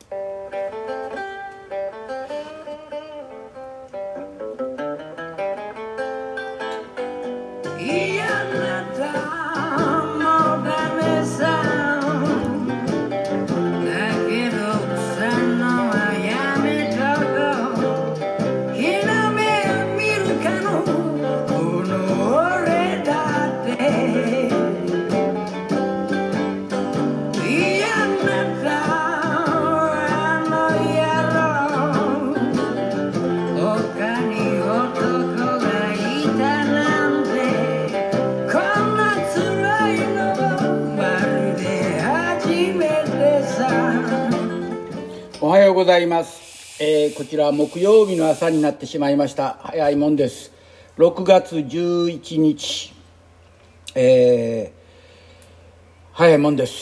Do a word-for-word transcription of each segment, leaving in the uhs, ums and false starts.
おはようございます、えー、こちらは木曜日の朝になってしまいました。早いもんです。ろくがつじゅういちにち、えー、早いもんです。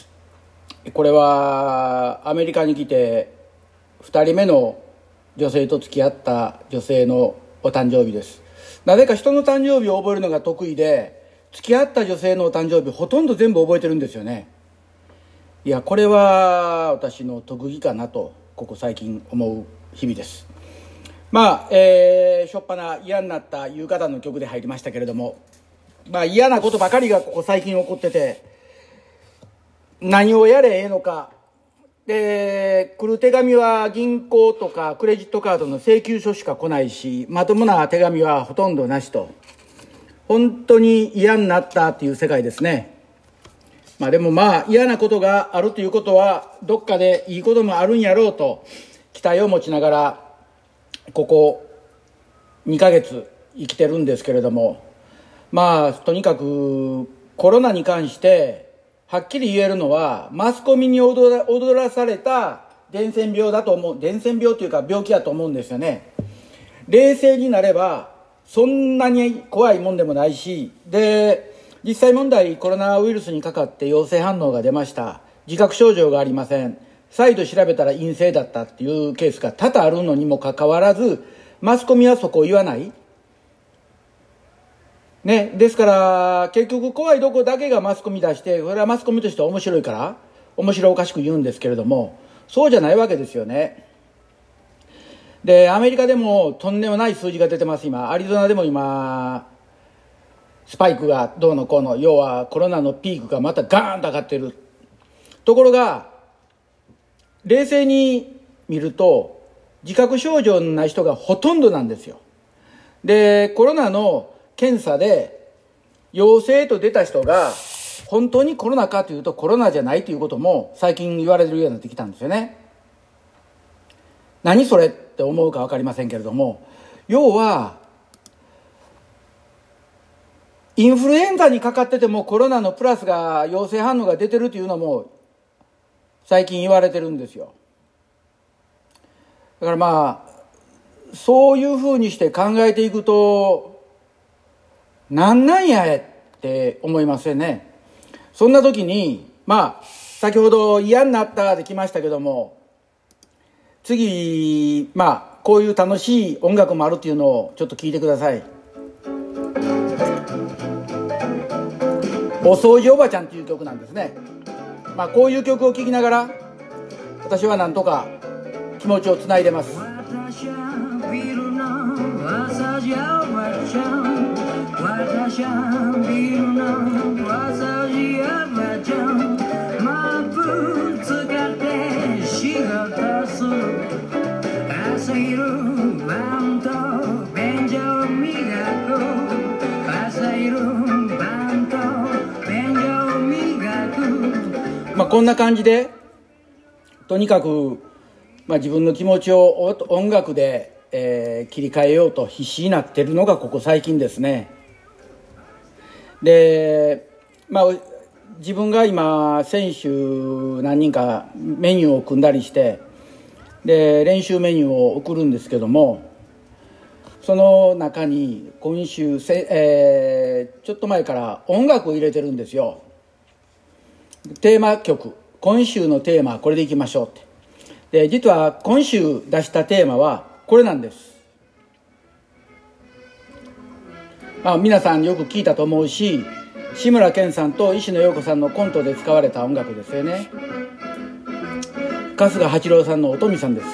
これはアメリカに来てふたりめの女性と付き合った女性のお誕生日です。なぜか人の誕生日を覚えるのが得意で、付き合った女性のお誕生日ほとんど全部覚えてるんですよね。いや、これは私の特技かなとここ最近思う日々です。まあ、えー、しょっぱな嫌になった夕方の曲で入りましたけれども、まあ嫌なことばかりがここ最近起こってて、何をやれええのかで、来る手紙は銀行とかクレジットカードの請求書しか来ないし、まともな手紙はほとんどなしと、本当に嫌になったっていう世界ですね。まあでもまあ嫌なことがあるということはどっかでいいこともあるんやろうと期待を持ちながらここにかげつ生きてるんですけれども、まあとにかくコロナに関してはっきり言えるのは、マスコミに踊ら、踊らされた伝染病だと思う。伝染病というか病気だと思うんですよね。冷静になればそんなに怖いもんでもないし、で実際問題コロナウイルスにかかって陽性反応が出ました。自覚症状がありません。再度調べたら陰性だったっていうケースが多々あるのにもかかわらず、マスコミはそこを言わないね。ですから結局怖いどこだけがマスコミ出して、これはマスコミとしては面白いから面白おかしく言うんですけれども、そうじゃないわけですよね。でアメリカでもとんでもない数字が出てます。今アリゾナでも今スパイクがどうのこうの、要はコロナのピークがまたガーンと上がってる。ところが冷静に見ると自覚症状のない人がほとんどなんですよ。でコロナの検査で陽性と出た人が本当にコロナかというとコロナじゃないということも最近言われるようになってきたんですよね。何それって思うか分かりませんけれども、要はインフルエンザにかかっててもコロナのプラスが陽性反応が出てるというのも最近言われてるんですよ。だからまあそういうふうにして考えていくと、なんなんやって思いますよね。そんな時にまあ先ほど嫌になったできましたけども、次まあこういう楽しい音楽もあるっていうのをちょっと聞いてください。お掃除おばちゃんという曲なんですね。まあこういう曲を聴きながら私はなんとか気持ちをつないでます。私はビルの朝じおばちゃん、私はビルの朝じおばちゃん、マップ使って仕事する、朝昼晩と便所を磨く、朝昼晩と便所を磨く。まあこんな感じでとにかく、まあ、自分の気持ちを音楽で、えー、切り替えようと必死になってるのがここ最近ですね。でまあ自分が今選手何人かメニューを組んだりして、で練習メニューを送るんですけども、その中に今週せ、えー、ちょっと前から音楽を入れてるんですよ。テーマ曲、今週のテーマはこれでいきましょうって。で実は今週出したテーマはこれなんです。まあ皆さんよく聞いたと思うし、志村けんさんと石野陽子さんのコントで使われた音楽ですよね。 春日八郎さんのおとみさんです。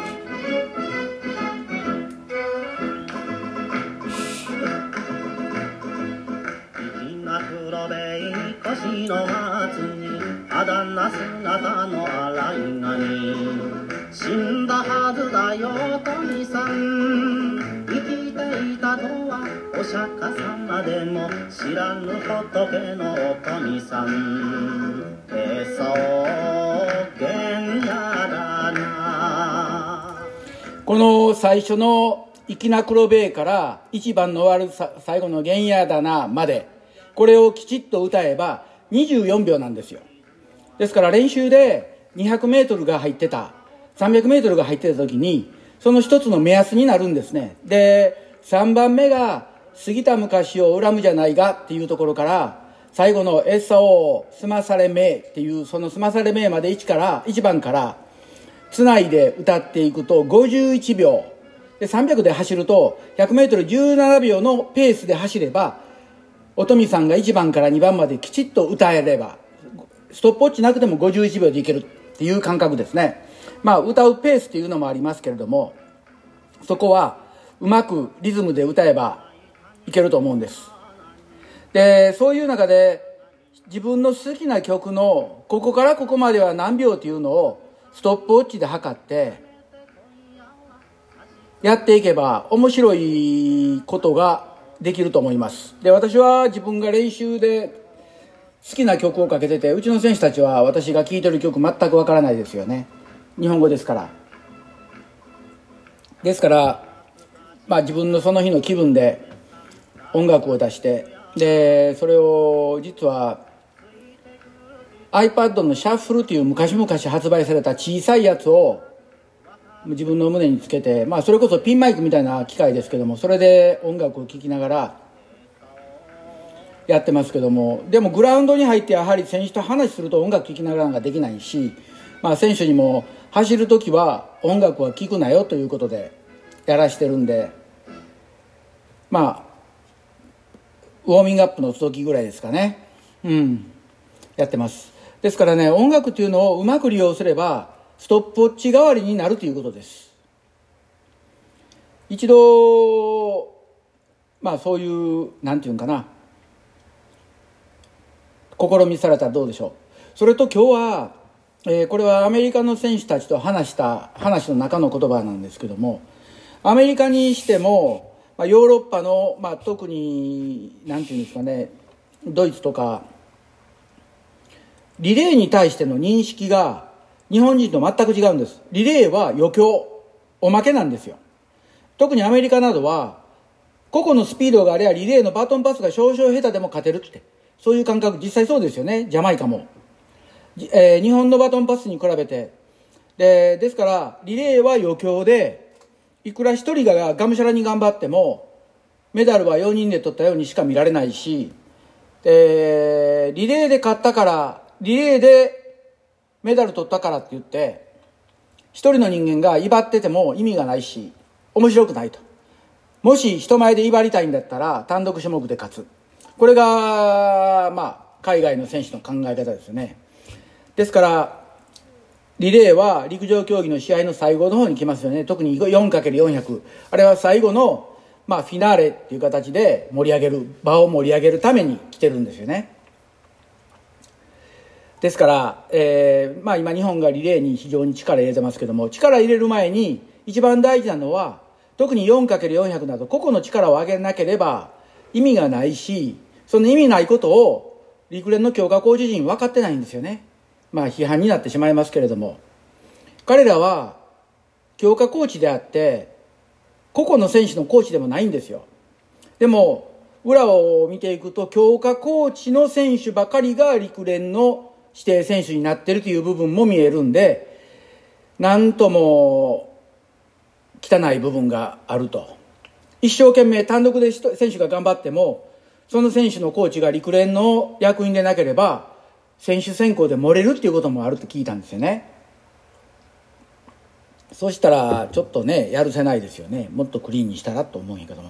腰の松にあだ名姿の洗いがに死んだはずだよとみさん生きていたとはお釈迦様でも知らぬ仏のおとみさんえそうげんやだな。 この最初の粋な黒兵衛から一番の終わる最後のげんやだなまで、これをきちっと歌えばにじゅうよんびょうなんですよ。ですから練習でにひゃくメートルが入ってた、さんびゃくメートルが入ってた時にその一つの目安になるんですね。でさんばんめが過ぎた昔を恨むじゃないがっていうところから、最後のエッサオー済まされめっていう、その済まされめまでいちからいちばんからつないで歌っていくとごじゅういちびょうで、さんびゃくで走るとひゃくメートルじゅうななびょうのペースで走れば、おとみさんがいちばんからにばんまできちっと歌えればストップウォッチなくてもごじゅういちびょうでいけるっていう感覚ですね。まあ歌うペースっていうのもありますけれども、そこはうまくリズムで歌えばいけると思うんです。でそういう中で自分の好きな曲のここからここまでは何秒っていうのをストップウォッチで測ってやっていけば面白いことができると思います。で私は自分が練習で好きな曲をかけてて、うちの選手たちは私が聴いてる曲全くわからないですよね。日本語ですから。ですからまあ自分のその日の気分で音楽を出して、でそれを実は iPad のシャッフルという昔々発売された小さいやつを自分の胸につけて、まあそれこそピンマイクみたいな機械ですけども、それで音楽を聴きながらやってますけども、でもグラウンドに入ってやはり選手と話すると音楽聴きながらなんかできないし、まあ選手にも走るときは音楽は聴くなよということでやらしてるんで、まあウォーミングアップの時ぐらいですかね、うんやってます。ですからね、音楽というのをうまく利用すればストップウォッチ代わりになるということです。一度まあそういうなんていうんかな、試みされたらどうでしょう。それと今日は、えー、これはアメリカの選手たちと話した話の中の言葉なんですけども、アメリカにしても、まあ、ヨーロッパの、まあ、特になんていうんですかね、ドイツとかリレーに対しての認識が日本人と全く違うんです。リレーは余興、おまけなんですよ。特にアメリカなどは個々のスピードがあればリレーのバトンパスが少々下手でも勝てるって、そういう感覚、実際そうですよね。ジャマイカも、えー、日本のバトンパスに比べてでですからリレーは余興で、いくら一人ががむしゃらに頑張ってもメダルはよにんで取ったようにしか見られないし、でリレーで勝ったから、リレーでメダル取ったからって言って一人の人間が威張ってても意味がないし面白くないと。もし人前で威張りたいんだったら単独種目で勝つ、これがまあ海外の選手の考え方ですよね。ですからリレーは陸上競技の試合の最後の方に来ますよね。特に よんかけるよんひゃく、 あれは最後のまあフィナーレっていう形で盛り上げる、場を盛り上げるために来てるんですよね。ですから、えーまあ、今日本がリレーに非常に力入れてますけども、力入れる前に一番大事なのは、特に よんかけるよんひゃく など個々の力を上げなければ意味がないし、その意味ないことを陸連の強化コーチ陣分かってないんですよね。まあ批判になってしまいますけれども、彼らは強化コーチであって個々の選手のコーチでもないんですよ。でも裏を見ていくと強化コーチの選手ばかりが陸連の指定選手になっているという部分も見えるんで、なんとも汚い部分があると。一生懸命単独で選手が頑張っても、その選手のコーチが陸連の役員でなければ選手選考で漏れるっていうこともあるって聞いたんですよね。そうしたらちょっとね、やるせないですよね。もっとクリーンにしたらと思うんやけども、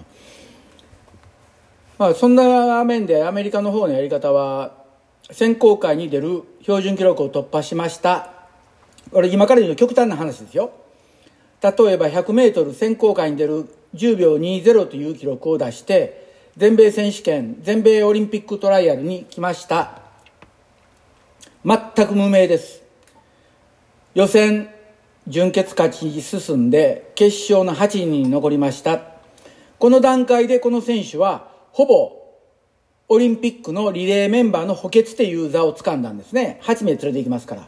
まあそんな面でアメリカの方のやり方は、選考会に出る標準記録を突破しました、 これ今から言うと極端な話ですよ。例えばひゃくメートル選考会に出るじゅうびょうにじゅうという記録を出して全米選手権、全米オリンピックトライアルに来ました。全く無名です。予選準決勝ちに進んで決勝のはちにんに残りました。この段階でこの選手はほぼオリンピックのリレーメンバーの補欠という座を掴んだんですね。はちめい連れて行きますから。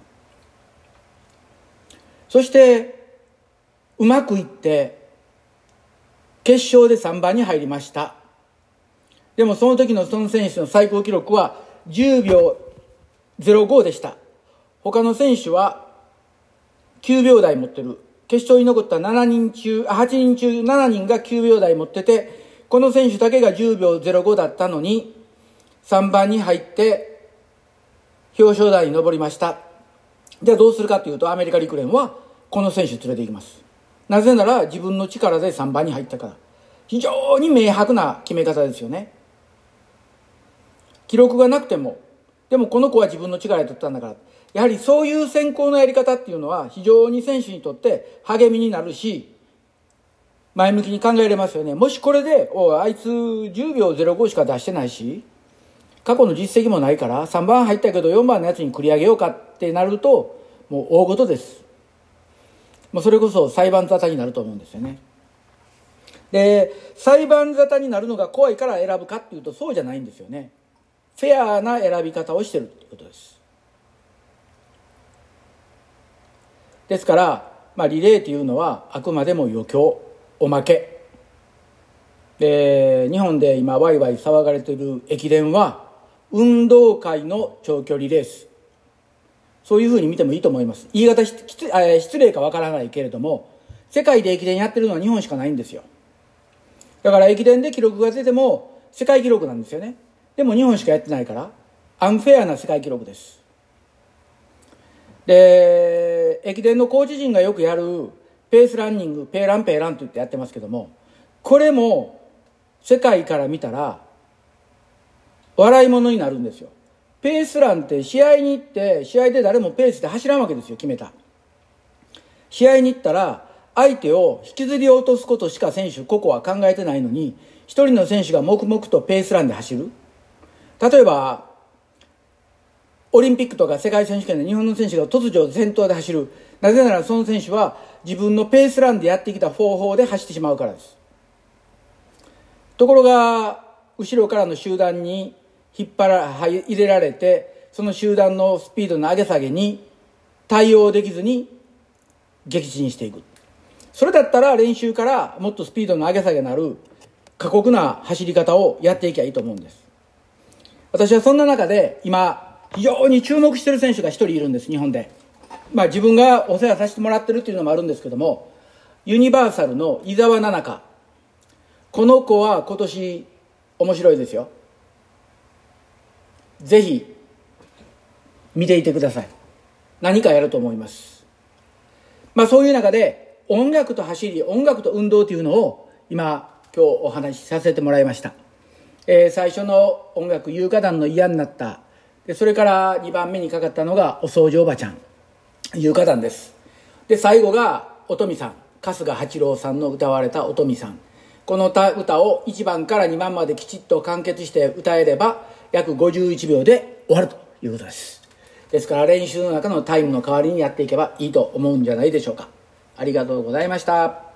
そしてうまくいって決勝でさんばんに入りました。でもその時のその選手の最高記録はじゅうびょうぜろごでした。他の選手はきゅうびょう台持ってる。決勝に残ったななにん中、はちにん中ななにんがきゅうびょう台持ってて、この選手だけがじゅうびょうぜろごだったのにさんばんに入って表彰台に上りました。じゃあどうするかというと、アメリカ陸連はこの選手連れて行きます。なぜなら自分の力でさんばんに入ったから。非常に明白な決め方ですよね。記録がなくても、でもこの子は自分の力で取ったんだから。やはりそういう選考のやり方っていうのは非常に選手にとって励みになるし、前向きに考えれますよね。もしこれで、おい、あいつじゅうびょうぜろごしか出してないし、過去の実績もないからさんばん入ったけどよんばんのやつに繰り上げようかってなると、もう大事です。もうそれこそ裁判沙汰になると思うんですよね。で、裁判沙汰になるのが怖いから選ぶかっていうとそうじゃないんですよね。フェアな選び方をしてるっていうことです。ですから、まあ、リレーというのはあくまでも余興、おまけで、日本で今ワイワイ騒がれている駅伝は運動会の長距離レース、そういうふうに見てもいいと思います。言い方失礼かわからないけれども、世界で駅伝やってるのは日本しかないんですよ。だから駅伝で記録が出ても世界記録なんですよね。でも日本しかやってないからアンフェアな世界記録です。で、駅伝のコーチ陣がよくやるペースランニング、ペーランペーランと言ってやってますけども、これも世界から見たら笑い物になるんですよ。ペースランって試合に行って、試合で誰もペースで走らんわけですよ、決めた。試合に行ったら相手を引きずり落とすことしか選手個々は考えてないのに、一人の選手が黙々とペースランで走る。例えばオリンピックとか世界選手権で日本の選手が突如先頭で走る。なぜならその選手は自分のペースランでやってきた方法で走ってしまうからです。ところが後ろからの集団に引っ張ら入れられて、その集団のスピードの上げ下げに対応できずに撃沈していく。それだったら練習からもっとスピードの上げ下げになる過酷な走り方をやっていきゃいいと思うんです。私はそんな中で今非常に注目している選手が一人いるんです、日本で。まあ自分がお世話させてもらってるっていうのもあるんですけども、ユニバーサルの伊沢奈々香。この子は今年面白いですよ。ぜひ見ていてください。何かやると思います。まあそういう中で音楽と走り、音楽と運動というのを今今日お話しさせてもらいました。えー、最初の音楽、有歌団の嫌になった。でそれからにばんめにかかったのがお掃除おばちゃん、有歌団です。で最後がおとみさん、春日八郎さんの歌われたおとみさん。この歌をいちばんからにばんまできちっと完結して歌えれば約ごじゅういちびょうで終わるということです。ですから練習の中のタイムの代わりにやっていけばいいと思うんじゃないでしょうか。ありがとうございました。